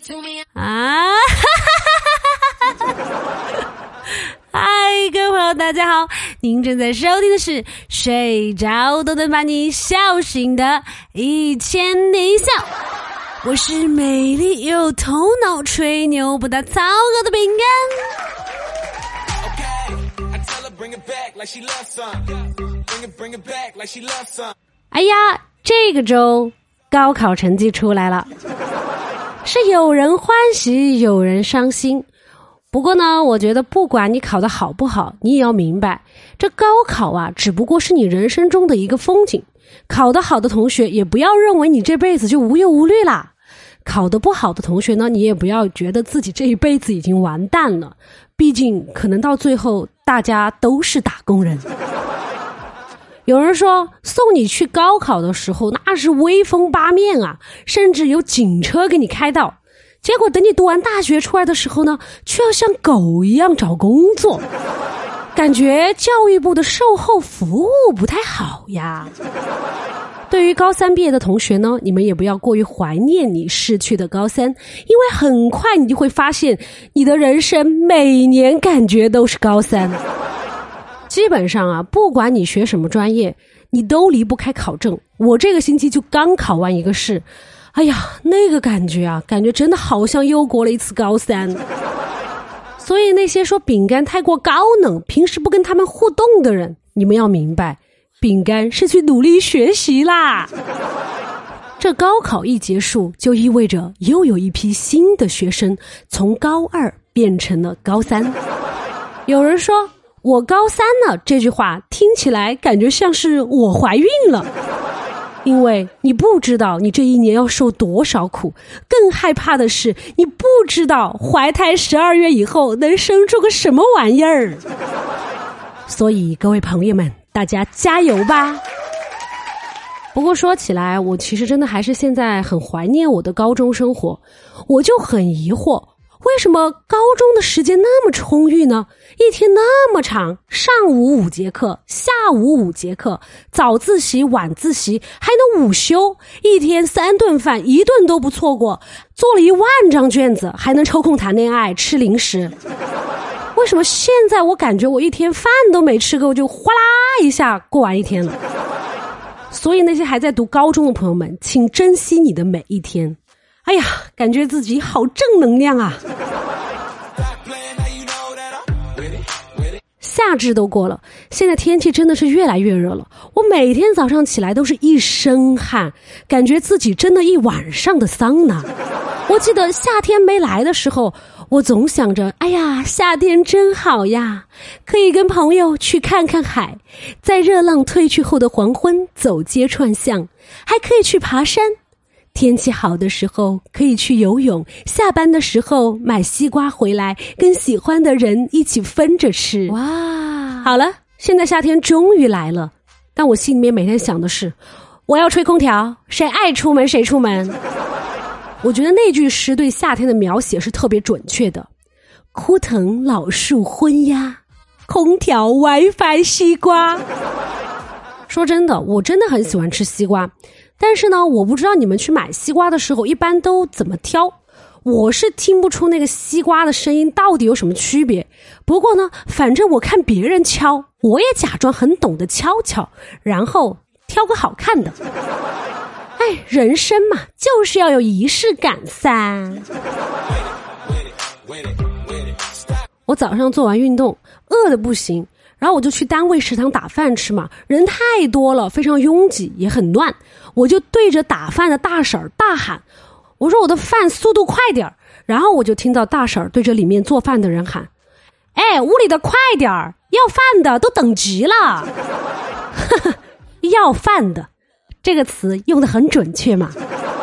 啊！嗨，各位朋友大家好，您正在收听的是睡着都能把你笑醒的一千一笑，我是美丽又头脑吹牛不打草稿的饼干。哎呀，这个周高考成绩出来了，是有人欢喜有人伤心。不过呢，我觉得不管你考得好不好，你也要明白，这高考啊，只不过是你人生中的一个风景。考得好的同学也不要认为你这辈子就无忧无虑啦，考得不好的同学呢，你也不要觉得自己这一辈子已经完蛋了，毕竟可能到最后大家都是打工人。有人说送你去高考的时候那是威风八面啊，甚至有警车给你开道，结果等你读完大学出来的时候呢，却要像狗一样找工作，感觉教育部的售后服务不太好呀。对于高三毕业的同学呢，你们也不要过于怀念你逝去的高三，因为很快你就会发现你的人生每年感觉都是高三。基本上啊，不管你学什么专业，你都离不开考证。我这个星期就刚考完一个试，哎呀，那个感觉啊，感觉真的好像又过了一次高三。所以那些说饼干太过高冷，平时不跟他们互动的人，你们要明白，饼干是去努力学习啦。这高考一结束，就意味着又有一批新的学生从高二变成了高三。有人说我高三了，这句话听起来感觉像是我怀孕了，因为你不知道你这一年要受多少苦，更害怕的是你不知道怀胎12月以后能生出个什么玩意儿。所以各位朋友们，大家加油吧。不过说起来，我其实真的还是现在很怀念我的高中生活，我就很疑惑，为什么高中的时间那么充裕呢？一天那么长，上午5节课，下午5节课，早自习晚自习还能午休，一天3顿饭，一顿都不错过，做了1万张卷子，还能抽空谈恋爱吃零食。为什么现在我感觉我一天饭都没吃够，就哗啦一下过完一天了？所以那些还在读高中的朋友们，请珍惜你的每一天。哎呀，感觉自己好正能量啊。夏至都过了，现在天气真的是越来越热了，我每天早上起来都是一身汗，感觉自己真的一晚上的桑拿。我记得夏天没来的时候，我总想着，哎呀，夏天真好呀，可以跟朋友去看看海，在热浪退去后的黄昏走街串巷，还可以去爬山，天气好的时候可以去游泳，下班的时候买西瓜回来跟喜欢的人一起分着吃。哇，好了，现在夏天终于来了，但我心里面每天想的是，我要吹空调，谁爱出门谁出门。我觉得那句诗对夏天的描写是特别准确的，枯藤老树昏鸦，空调 WiFi 西瓜。说真的，我真的很喜欢吃西瓜，但是呢，我不知道你们去买西瓜的时候一般都怎么挑，我是听不出那个西瓜的声音到底有什么区别。不过呢，反正我看别人敲，我也假装很懂得敲敲，然后挑个好看的。哎，人生嘛，就是要有仪式感噻。我早上做完运动，饿得不行，然后我就去单位食堂打饭吃嘛，人太多了，非常拥挤，也很乱。我就对着打饭的大婶大喊，我说我的饭速度快点。然后我就听到大婶对着里面做饭的人喊，哎，屋里的快点，要饭的都等急了。要饭的这个词用得很准确嘛。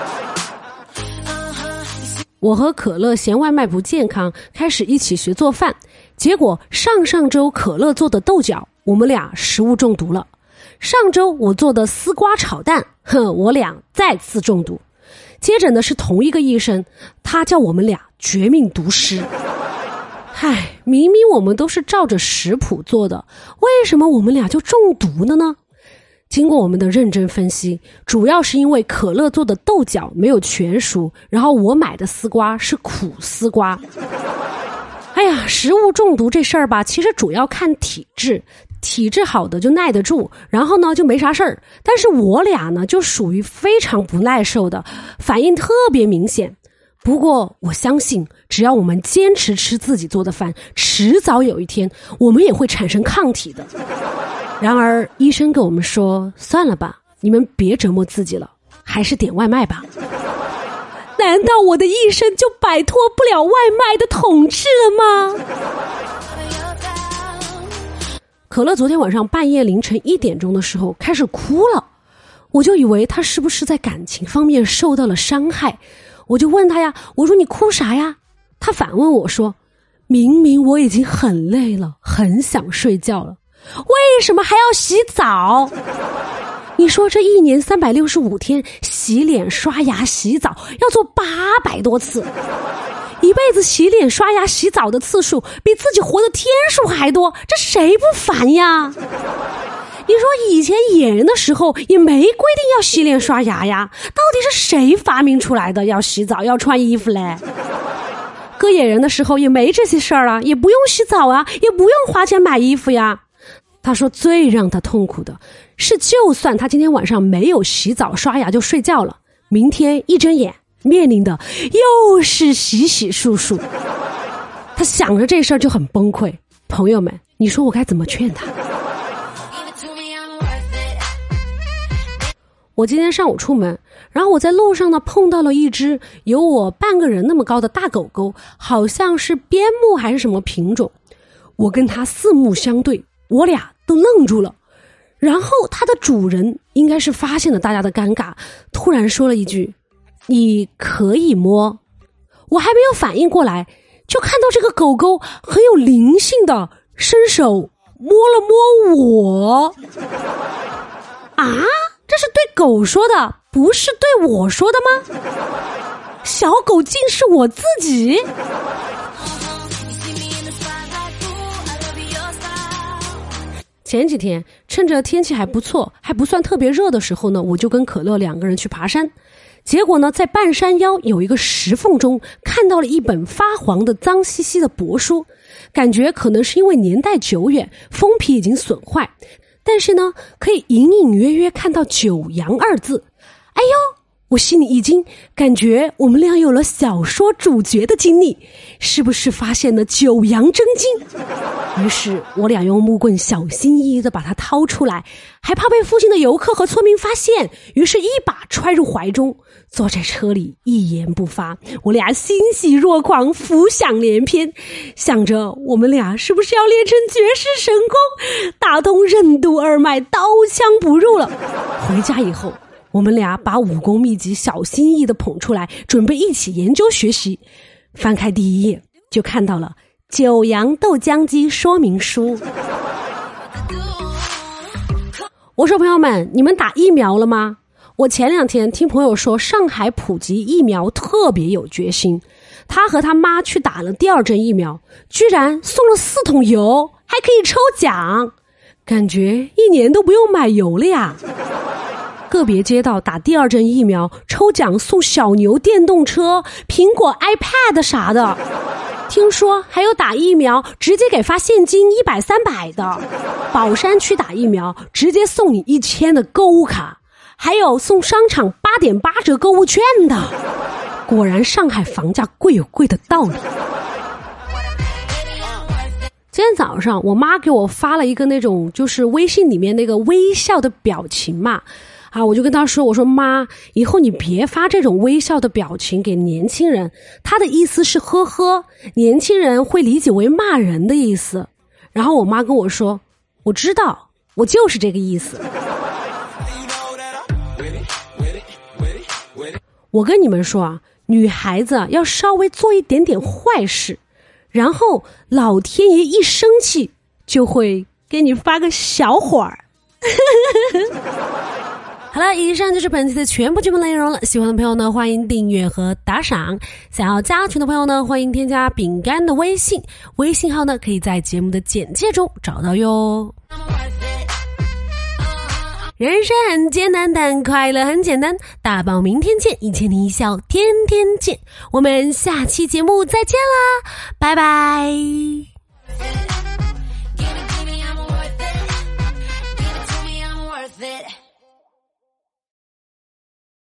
我和可乐嫌外卖不健康，开始一起学做饭，结果上周可乐做的豆角，我们俩食物中毒了。上周我做的丝瓜炒蛋，我俩再次中毒。接着呢是同一个医生，他叫我们俩绝命毒师。嗨，明明我们都是照着食谱做的，为什么我们俩就中毒了呢？ 经过我们的认真分析，主要是因为可乐做的豆角没有全熟，然后我买的丝瓜是苦丝瓜。哎呀，食物中毒这事儿吧，其实主要看体质，体质好的就耐得住，然后呢就没啥事儿。但是我俩呢就属于非常不耐受的，反应特别明显。不过我相信，只要我们坚持吃自己做的饭，迟早有一天我们也会产生抗体的。然而医生跟我们说，算了吧，你们别折磨自己了，还是点外卖吧。难道我的一生就摆脱不了外卖的统治了吗？可乐昨天晚上半夜凌晨1点钟的时候开始哭了，我就以为他是不是在感情方面受到了伤害，我就问他呀，我说你哭啥呀？他反问我说，明明我已经很累了，很想睡觉了，为什么还要洗澡？你说这1年365天洗脸刷牙洗澡要做800多次，一辈子洗脸刷牙洗澡的次数比自己活的天数还多，这谁不烦呀？你说以前野人的时候也没规定要洗脸刷牙呀，到底是谁发明出来的要洗澡要穿衣服嘞？割野人的时候也没这些事儿啊，也不用洗澡啊，也不用花钱买衣服呀。他说最让他痛苦的是，就算他今天晚上没有洗澡刷牙就睡觉了，明天一睁眼面临的又是洗洗漱漱。他想着这事儿就很崩溃。朋友们，你说我该怎么劝他？我今天上午出门，然后我在路上呢碰到了一只有我半个人那么高的大狗狗，好像是边牧还是什么品种。我跟它四目相对，我俩都愣住了。然后它的主人应该是发现了大家的尴尬，突然说了一句，你可以摸。我还没有反应过来，就看到这个狗狗很有灵性的伸手摸了摸我。啊，这是对狗说的，不是对我说的吗？小狗竟是我自己。前几天趁着天气还不错，还不算特别热的时候呢，我就跟可乐2个人去爬山。结果呢，在半山腰有一个石缝中看到了一本发黄的脏兮兮的帛书，感觉可能是因为年代久远，封皮已经损坏，但是呢可以隐隐约约看到九阳2字。哎呦，我心里一惊，感觉我们俩有了小说主角的经历，是不是发现了九阳真经？于是我俩用木棍小心翼翼地把它掏出来，还怕被附近的游客和村民发现，于是一把揣入怀中，坐在车里一言不发。我俩欣喜若狂，浮想联翩，想着我们俩是不是要练成绝世神功，打通任督二脉，刀枪不入了。回家以后，我们俩把武功秘籍小心翼翼地捧出来，准备一起研究学习。翻开第1页，就看到了九阳豆浆机说明书。我说朋友们，你们打疫苗了吗？我前2天听朋友说上海普及疫苗特别有决心，他和他妈去打了第2针疫苗，居然送了4桶油，还可以抽奖，感觉1年都不用买油了呀。个别街道打第2针疫苗抽奖送小牛电动车、苹果 iPad 啥的，听说还有打疫苗直接给发现金100、300的，宝山区打疫苗直接送你1000的购物卡，还有送商场8.8折购物券的。果然上海房价贵有贵的道理。今天早上我妈给我发了一个那种就是微信里面那个微笑的表情嘛，我就跟她说，我说妈，以后你别发这种微笑的表情给年轻人，他的意思是呵呵，年轻人会理解为骂人的意思。然后我妈跟我说，我知道，我就是这个意思。我跟你们说啊，女孩子要稍微做一点点坏事，然后老天爷一生气就会给你发个小火儿。好了，以上就是本期的全部节目内容了。喜欢的朋友呢，欢迎订阅和打赏。想要加群的朋友呢，欢迎添加饼干的微信，微信号呢可以在节目的简介中找到哟。 人生很简单，但快乐很简单。大宝明天见，一千零一笑，天天见。我们下期节目再见啦，拜拜。